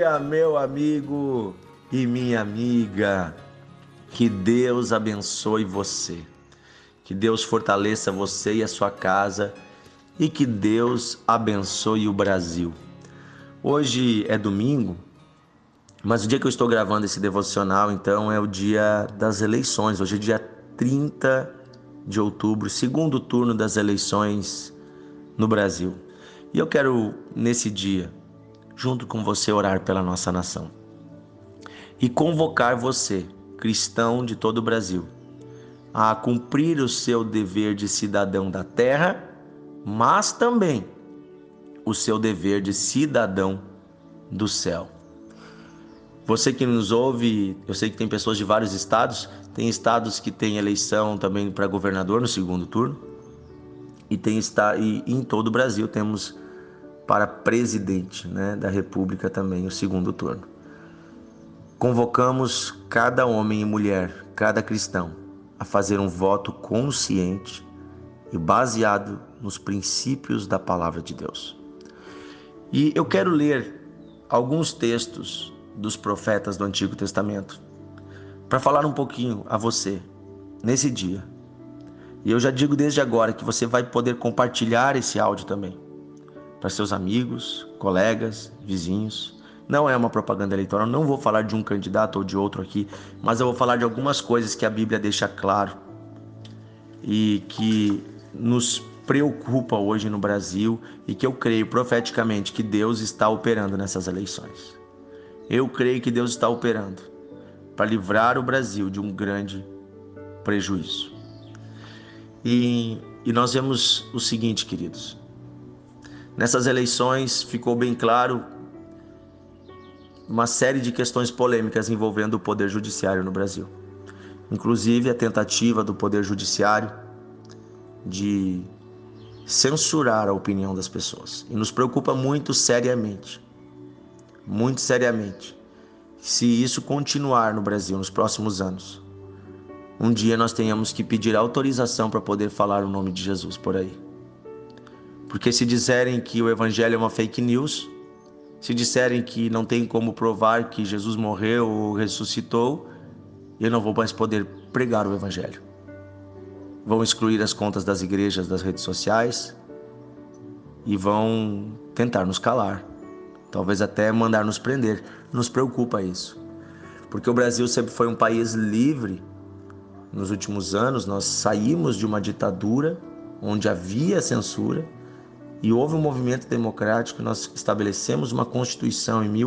dia, meu amigo e minha amiga. Que Deus abençoe você. Que Deus fortaleça você e a sua casa e que Deus abençoe o Brasil. Hoje é domingo, mas o dia que eu estou gravando esse devocional, então, é o dia das eleições. Hoje é dia 30 de outubro, segundo turno das eleições no Brasil. E eu quero, nesse dia, junto com você, orar pela nossa nação e convocar você, cristão de todo o Brasil, a cumprir o seu dever de cidadão da terra, mas também o seu dever de cidadão do céu. Você que nos ouve, eu sei que tem pessoas de vários estados, tem estados que tem eleição também para governador no segundo turno, e em todo o Brasil temos para presidente, da República também o segundo turno. Convocamos cada homem e mulher, cada cristão, a fazer um voto consciente e baseado nos princípios da palavra de Deus. E eu quero ler alguns textos dos profetas do Antigo Testamento para falar um pouquinho a você nesse dia. E eu já digo desde agora que você vai poder compartilhar esse áudio também para seus amigos, colegas, vizinhos. Não é uma propaganda eleitoral, não vou falar de um candidato ou de outro aqui, mas eu vou falar de algumas coisas que a Bíblia deixa claro e que nos preocupa hoje no Brasil e que eu creio profeticamente que Deus está operando nessas eleições. Eu creio que Deus está operando para livrar o Brasil de um grande prejuízo. E nós vemos o seguinte, queridos. Nessas eleições ficou bem claro uma série de questões polêmicas envolvendo o Poder Judiciário no Brasil. Inclusive a tentativa do Poder Judiciário de censurar a opinião das pessoas. E nos preocupa muito seriamente, se isso continuar no Brasil nos próximos anos. Um dia nós tenhamos que pedir autorização para poder falar o nome de Jesus por aí. Porque se disserem que o Evangelho é uma fake news, se disserem que não tem como provar que Jesus morreu ou ressuscitou, eu não vou mais poder pregar o Evangelho. Vão excluir as contas das igrejas das redes sociais e vão tentar nos calar. Talvez até mandar nos prender. Nos preocupa isso. Porque o Brasil sempre foi um país livre. Nos últimos anos nós saímos de uma ditadura onde havia censura e houve um movimento democrático. Nós estabelecemos uma Constituição em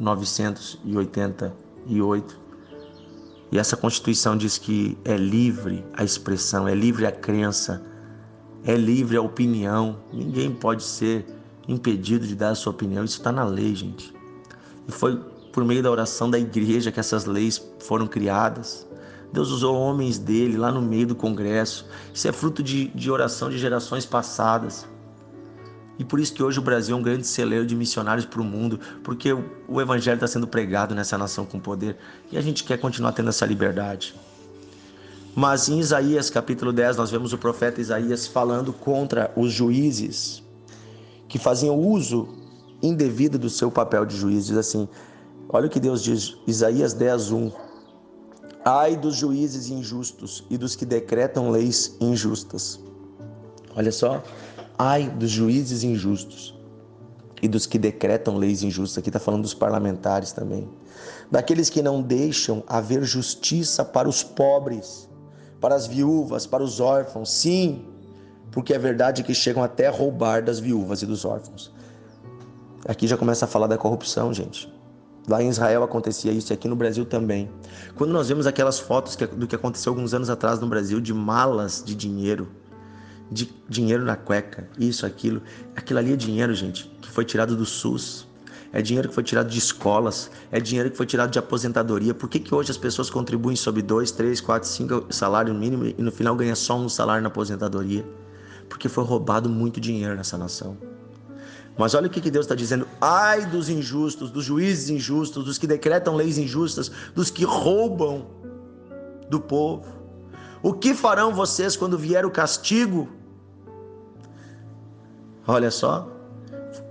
1988 e essa Constituição diz que é livre a expressão, é livre a crença, é livre a opinião. Ninguém pode ser impedido de dar a sua opinião. Isso está na lei, gente. E foi por meio da oração da igreja que essas leis foram criadas. Deus usou homens dele lá no meio do Congresso. Isso é fruto de oração de gerações passadas. E por isso que hoje o Brasil é um grande celeiro de missionários para o mundo, porque o Evangelho está sendo pregado nessa nação com poder e a gente quer continuar tendo essa liberdade. Mas em Isaías capítulo 10 nós vemos o profeta Isaías falando contra os juízes que faziam uso indevido do seu papel de juiz. Diz assim, olha o que Deus diz, Isaías 10:1. Ai dos juízes injustos e dos que decretam leis injustas. Olha só. Ai dos juízes injustos e dos que decretam leis injustas. Aqui está falando dos parlamentares também. Daqueles que não deixam haver justiça para os pobres, para as viúvas, para os órfãos. Sim, porque é verdade que chegam até a roubar das viúvas e dos órfãos. Aqui já começa a falar da corrupção, gente. Lá em Israel acontecia isso e aqui no Brasil também. Quando nós vemos aquelas fotos do que aconteceu alguns anos atrás no Brasil, de malas de dinheiro na cueca, isso, aquilo ali é dinheiro, gente, que foi tirado do SUS, é dinheiro que foi tirado de escolas, é dinheiro que foi tirado de aposentadoria. Por que hoje as pessoas contribuem sob 2, 3, 4, 5 salário mínimo e no final ganha só um salário na aposentadoria? Porque foi roubado muito dinheiro nessa nação. Mas olha o que Deus está dizendo, ai dos injustos, dos juízes injustos, dos que decretam leis injustas, dos que roubam do povo. O que farão vocês quando vier o castigo? Olha só,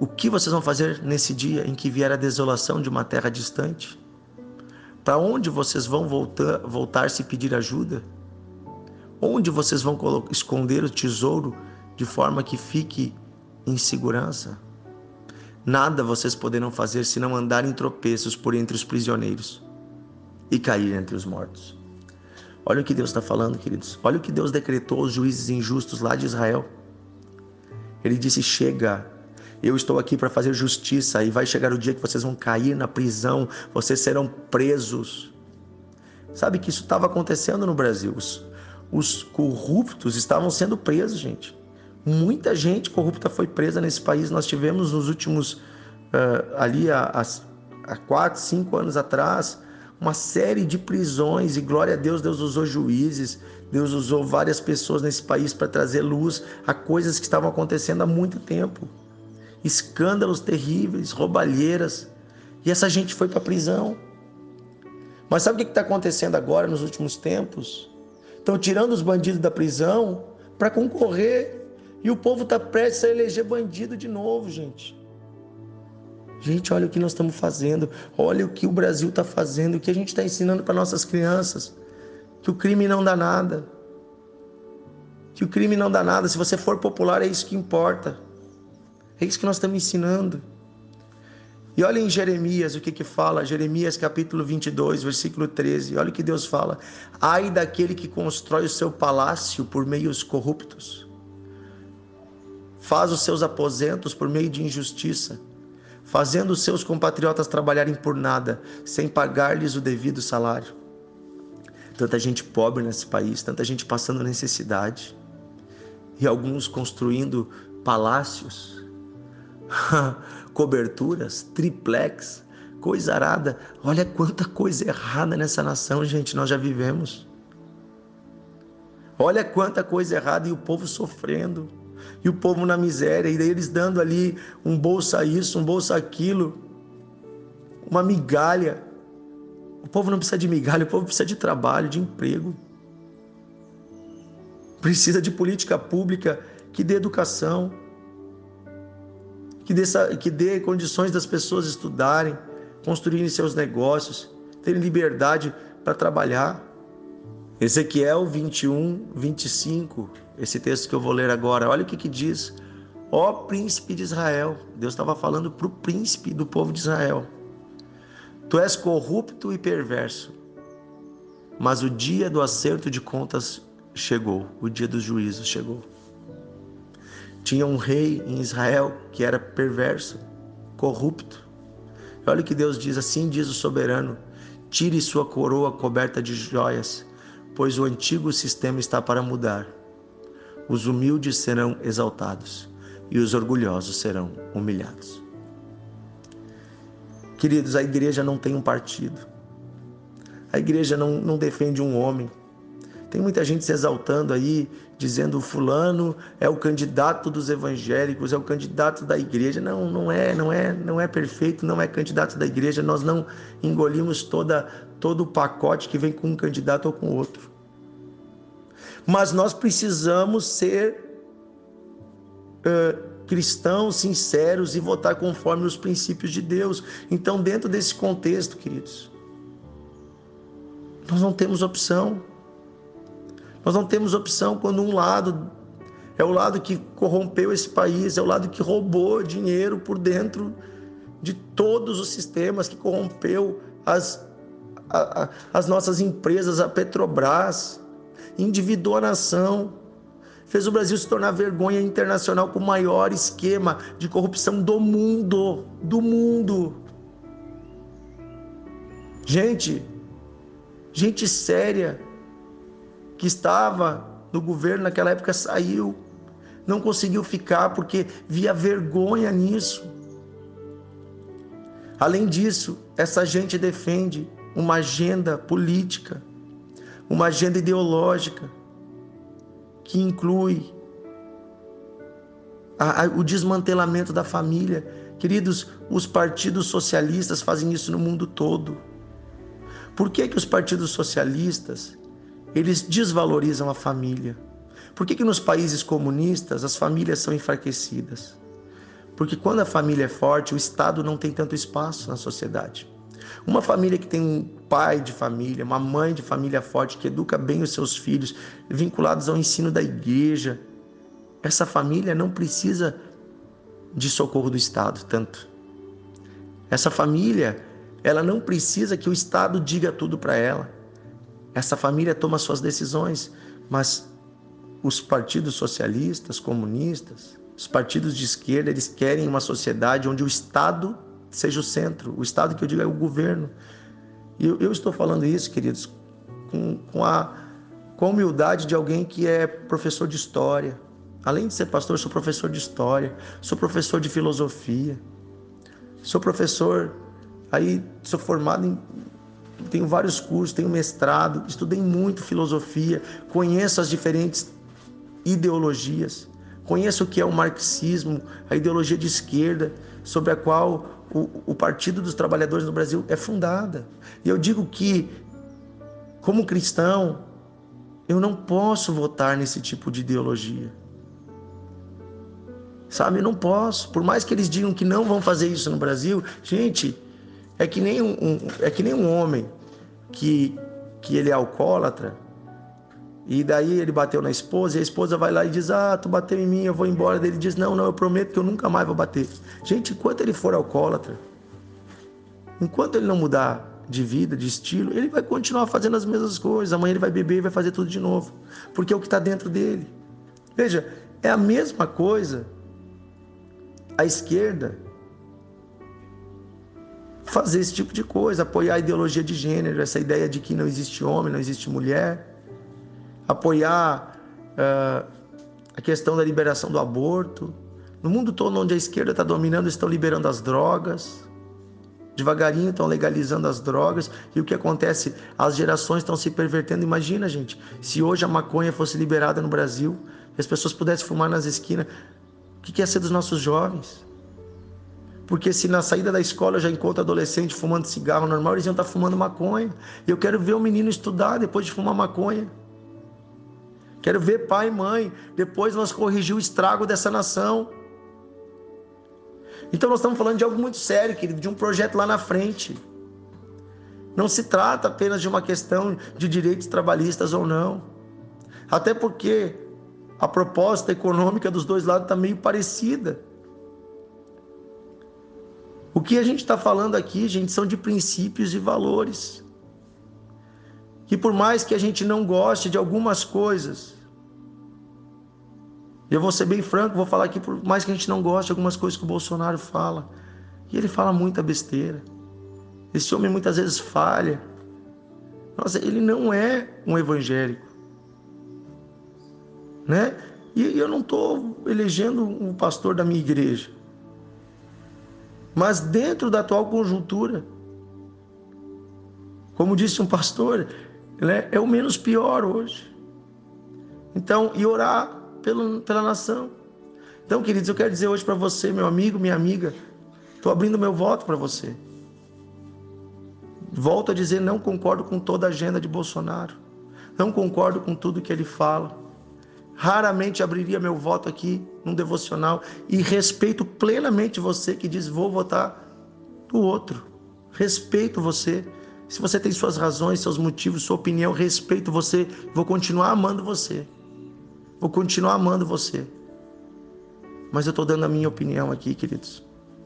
O que vocês vão fazer nesse dia em que vier a desolação de uma terra distante? Para onde vocês vão voltar se pedir ajuda? Onde vocês vão esconder o tesouro de forma que fique em segurança? Nada vocês poderão fazer se não andar em tropeços por entre os prisioneiros e cair entre os mortos. Olha o que Deus está falando, queridos. Olha o que Deus decretou aos juízes injustos lá de Israel. Ele disse: chega, eu estou aqui para fazer justiça, e vai chegar o dia que vocês vão cair na prisão, vocês serão presos. Sabe que isso estava acontecendo no Brasil. Os corruptos estavam sendo presos, gente. Muita gente corrupta foi presa nesse país. Nós tivemos nos últimos, há 4, 5 anos atrás, uma série de prisões, e glória a Deus, Deus usou juízes, Deus usou várias pessoas nesse país para trazer luz a coisas que estavam acontecendo há muito tempo. Escândalos terríveis, roubalheiras, e essa gente foi para a prisão. Mas sabe o que está acontecendo agora nos últimos tempos? Estão tirando os bandidos da prisão para concorrer, e o povo está prestes a eleger bandido de novo, gente. Gente, olha o que nós estamos fazendo, olha o que o Brasil está fazendo, o que a gente está ensinando para nossas crianças, que o crime não dá nada, que o crime não dá nada, se você for popular é isso que importa, é isso que nós estamos ensinando. E olha em Jeremias o que fala, Jeremias capítulo 22, versículo 13, olha o que Deus fala: ai daquele que constrói o seu palácio por meios corruptos, faz os seus aposentos por meio de injustiça, fazendo os seus compatriotas trabalharem por nada, sem pagar-lhes o devido salário. Tanta gente pobre nesse país, tanta gente passando necessidade, e alguns construindo palácios, coberturas, triplex, coisa arada. Olha quanta coisa errada nessa nação, gente, nós já vivemos. Olha quanta coisa errada, e o povo sofrendo, e o povo na miséria, e daí eles dando ali um bolsa isso, um bolsa aquilo, uma migalha. O povo não precisa de migalha, o povo precisa de trabalho, de emprego. Precisa de política pública que dê educação, que dê condições das pessoas estudarem, construírem seus negócios, terem liberdade para trabalhar. Ezequiel 21, 25, esse texto que eu vou ler agora, olha o que diz: ó príncipe de Israel. Deus estava falando para o príncipe do povo de Israel: tu és corrupto e perverso, mas o dia do acerto de contas chegou, o dia dos juízos chegou. Tinha um rei em Israel que era perverso, corrupto. Olha o que Deus diz: assim diz o soberano: tire sua coroa coberta de joias, pois o antigo sistema está para mudar. Os humildes serão exaltados e os orgulhosos serão humilhados. Queridos, a igreja não tem um partido. A igreja não defende um homem. Tem muita gente se exaltando aí, dizendo o fulano é o candidato dos evangélicos, é o candidato da igreja. Não é perfeito, não é candidato da igreja. Nós não engolimos todo o pacote que vem com um candidato ou com outro. Mas nós precisamos ser cristãos sinceros e votar conforme os princípios de Deus. Então, dentro desse contexto, queridos, nós não temos opção. Nós não temos opção quando um lado é o lado que corrompeu esse país, é o lado que roubou dinheiro por dentro de todos os sistemas, que corrompeu as nossas empresas, a Petrobras, endividou a nação, fez o Brasil se tornar vergonha internacional com o maior esquema de corrupção do mundo. Gente séria que estava no governo naquela época saiu, não conseguiu ficar porque via vergonha nisso. Além disso, essa gente defende uma agenda política, uma agenda ideológica que inclui o desmantelamento da família. Queridos, os partidos socialistas fazem isso no mundo todo. Por que os partidos socialistas eles desvalorizam a família? Por que nos países comunistas as famílias são enfraquecidas? Porque quando a família é forte, o Estado não tem tanto espaço na sociedade. Uma família que tem um pai de família, uma mãe de família forte, que educa bem os seus filhos, vinculados ao ensino da igreja, essa família não precisa de socorro do Estado tanto. Essa família, ela não precisa que o Estado diga tudo para ela. Essa família toma suas decisões, mas os partidos socialistas, comunistas, os partidos de esquerda, eles querem uma sociedade onde o Estado seja o centro. O Estado que eu digo é o governo. E eu estou falando isso, queridos, com a humildade de alguém que é professor de história. Além de ser pastor, eu sou professor de história, sou professor de filosofia, sou professor, aí sou formado tenho vários cursos, tenho mestrado, estudei muito filosofia, conheço as diferentes ideologias, conheço o que é o marxismo, a ideologia de esquerda, sobre a qual o Partido dos Trabalhadores no Brasil é fundada. E eu digo que, como cristão, eu não posso votar nesse tipo de ideologia. Sabe, eu não posso. Por mais que eles digam que não vão fazer isso no Brasil, gente, é que nem um homem que ele é alcoólatra, e daí ele bateu na esposa, e a esposa vai lá e diz: ah, tu bateu em mim, eu vou embora. Daí ele diz: não, eu prometo que eu nunca mais vou bater. Gente, enquanto ele for alcoólatra, enquanto ele não mudar de vida, de estilo, ele vai continuar fazendo as mesmas coisas. Amanhã ele vai beber e vai fazer tudo de novo, porque é o que está dentro dele. Veja, é a mesma coisa a esquerda fazer esse tipo de coisa, apoiar a ideologia de gênero, essa ideia de que não existe homem, não existe mulher, apoiar a questão da liberação do aborto. No mundo todo onde a esquerda está dominando, estão liberando as drogas, devagarinho estão legalizando as drogas, e o que acontece? As gerações estão se pervertendo. Imagina, gente, se hoje a maconha fosse liberada no Brasil, e as pessoas pudessem fumar nas esquinas, o que ia ser dos nossos jovens? Porque se na saída da escola eu já encontro adolescente fumando cigarro normal, eles iam estar fumando maconha. E eu quero ver o menino estudar depois de fumar maconha. Quero ver pai e mãe depois nós corrigir o estrago dessa nação. Então nós estamos falando de algo muito sério, querido, de um projeto lá na frente. Não se trata apenas de uma questão de direitos trabalhistas ou não. Até porque a proposta econômica dos dois lados está meio parecida. O que a gente está falando aqui, gente, são de princípios e valores. Que por mais que a gente não goste de algumas coisas, eu vou ser bem franco, vou falar aqui, por mais que a gente não goste de algumas coisas que o Bolsonaro fala, e ele fala muita besteira. Esse homem muitas vezes falha. Nossa, ele não é um evangélico, né? E eu não estou elegendo um pastor da minha igreja. Mas dentro da atual conjuntura, como disse um pastor, né, é o menos pior hoje. Então, e orar pela nação. Então, queridos, eu quero dizer hoje para você, meu amigo, minha amiga, estou abrindo meu voto para você. Volto a dizer, não concordo com toda a agenda de Bolsonaro. Não concordo com tudo que ele fala. Raramente abriria meu voto aqui num devocional, e respeito plenamente você que diz: vou votar no outro. Respeito você. Se você tem suas razões, seus motivos, sua opinião, respeito você. Vou continuar amando você. Vou continuar amando você. Mas eu estou dando a minha opinião aqui, queridos.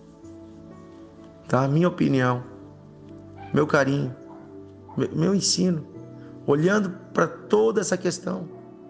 Tá? Minha opinião, meu carinho, meu ensino, olhando para toda essa questão.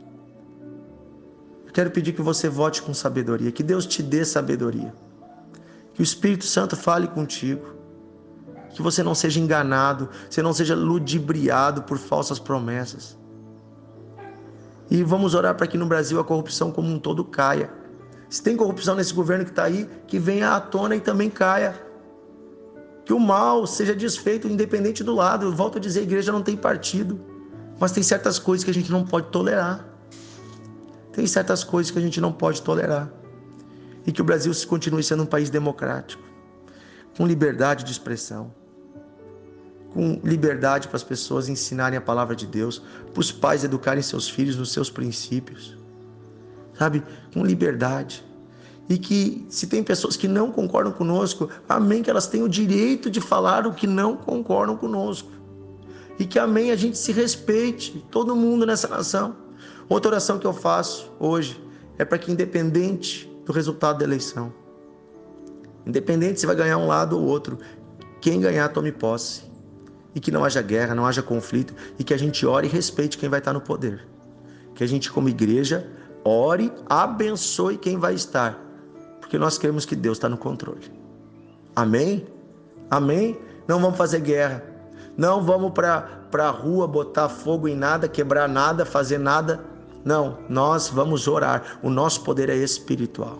Quero pedir que você vote com sabedoria, que Deus te dê sabedoria, que o Espírito Santo fale contigo, que você não seja enganado, você não seja ludibriado por falsas promessas. E vamos orar para que no Brasil a corrupção como um todo caia. Se tem corrupção nesse governo que está aí, que venha à tona e também caia. Que o mal seja desfeito independente do lado. Eu volto a dizer, a igreja não tem partido, mas tem certas coisas que a gente não pode tolerar. Tem certas coisas que a gente não pode tolerar. E que o Brasil continue sendo um país democrático, com liberdade de expressão, com liberdade para as pessoas ensinarem a palavra de Deus, para os pais educarem seus filhos nos seus princípios, sabe? Com liberdade. E que se tem pessoas que não concordam conosco, amém, que elas têm o direito de falar o que não concordam conosco. E que, amém, a gente se respeite, todo mundo nessa nação. Outra oração que eu faço hoje é para que, independente do resultado da eleição, independente se vai ganhar um lado ou outro, quem ganhar tome posse. E que não haja guerra, não haja conflito, e que a gente ore e respeite quem vai estar no poder. Que a gente, como igreja, ore, abençoe quem vai estar, porque nós queremos que Deus está no controle. Amém? Amém? Não vamos fazer guerra. Não vamos para a rua botar fogo em nada, quebrar nada, fazer nada. Não, nós vamos orar. O nosso poder é espiritual.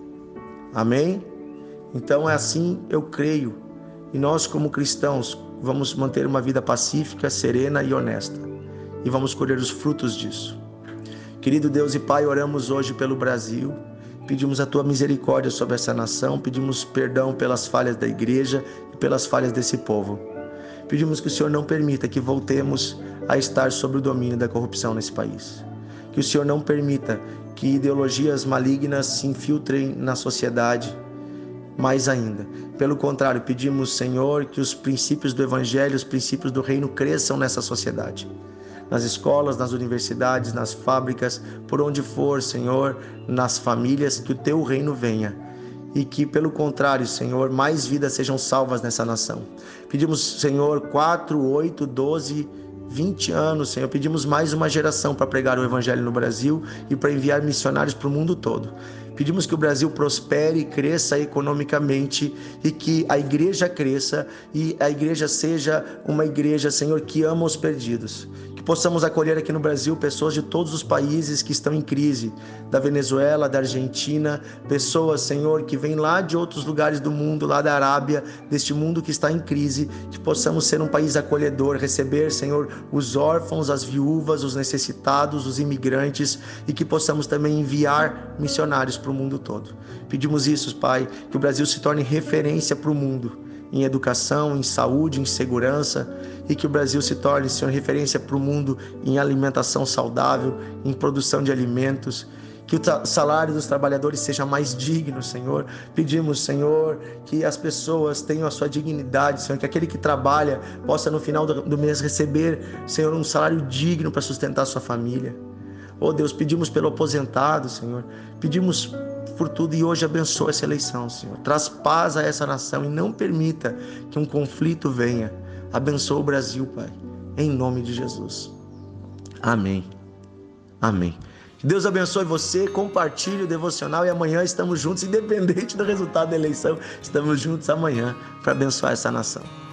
Amém? Então é assim, eu creio. E nós, como cristãos, vamos manter uma vida pacífica, serena e honesta. E vamos colher os frutos disso. Querido Deus e Pai, oramos hoje pelo Brasil. Pedimos a Tua misericórdia sobre essa nação. Pedimos perdão pelas falhas da igreja e pelas falhas desse povo. Pedimos que o Senhor não permita que voltemos a estar sob o domínio da corrupção nesse país. Que o Senhor não permita que ideologias malignas se infiltrem na sociedade. Mais ainda, pelo contrário, pedimos, Senhor, que os princípios do Evangelho, os princípios do Reino cresçam nessa sociedade. Nas escolas, nas universidades, nas fábricas, por onde for, Senhor, nas famílias, que o Teu reino venha. E que, pelo contrário, Senhor, mais vidas sejam salvas nessa nação. Pedimos, Senhor, 4, 8, 12, 20 anos, Senhor. Pedimos mais uma geração para pregar o Evangelho no Brasil e para enviar missionários para o mundo todo. Pedimos que o Brasil prospere e cresça economicamente e que a igreja cresça e a igreja seja uma igreja, Senhor, que ama os perdidos. Que possamos acolher aqui no Brasil pessoas de todos os países que estão em crise, da Venezuela, da Argentina, pessoas, Senhor, que vêm lá de outros lugares do mundo, lá da Arábia, deste mundo que está em crise, que possamos ser um país acolhedor, receber, Senhor, os órfãos, as viúvas, os necessitados, os imigrantes e que possamos também enviar missionários para o mundo todo. Pedimos isso, Pai, que o Brasil se torne referência para o mundo, em educação, em saúde, em segurança, e que o Brasil se torne, Senhor, referência para o mundo em alimentação saudável, em produção de alimentos, que o salário dos trabalhadores seja mais digno, Senhor. Pedimos, Senhor, que as pessoas tenham a sua dignidade, Senhor, que aquele que trabalha possa no final do mês receber, Senhor, um salário digno para sustentar a sua família. Oh Deus, pedimos pelo aposentado, Senhor, pedimos por tudo e hoje abençoa essa eleição, Senhor. Traz paz a essa nação e não permita que um conflito venha. Abençoa o Brasil, Pai, em nome de Jesus. Amém. Amém. Que Deus abençoe você, compartilhe o devocional e amanhã estamos juntos, independente do resultado da eleição, estamos juntos amanhã para abençoar essa nação.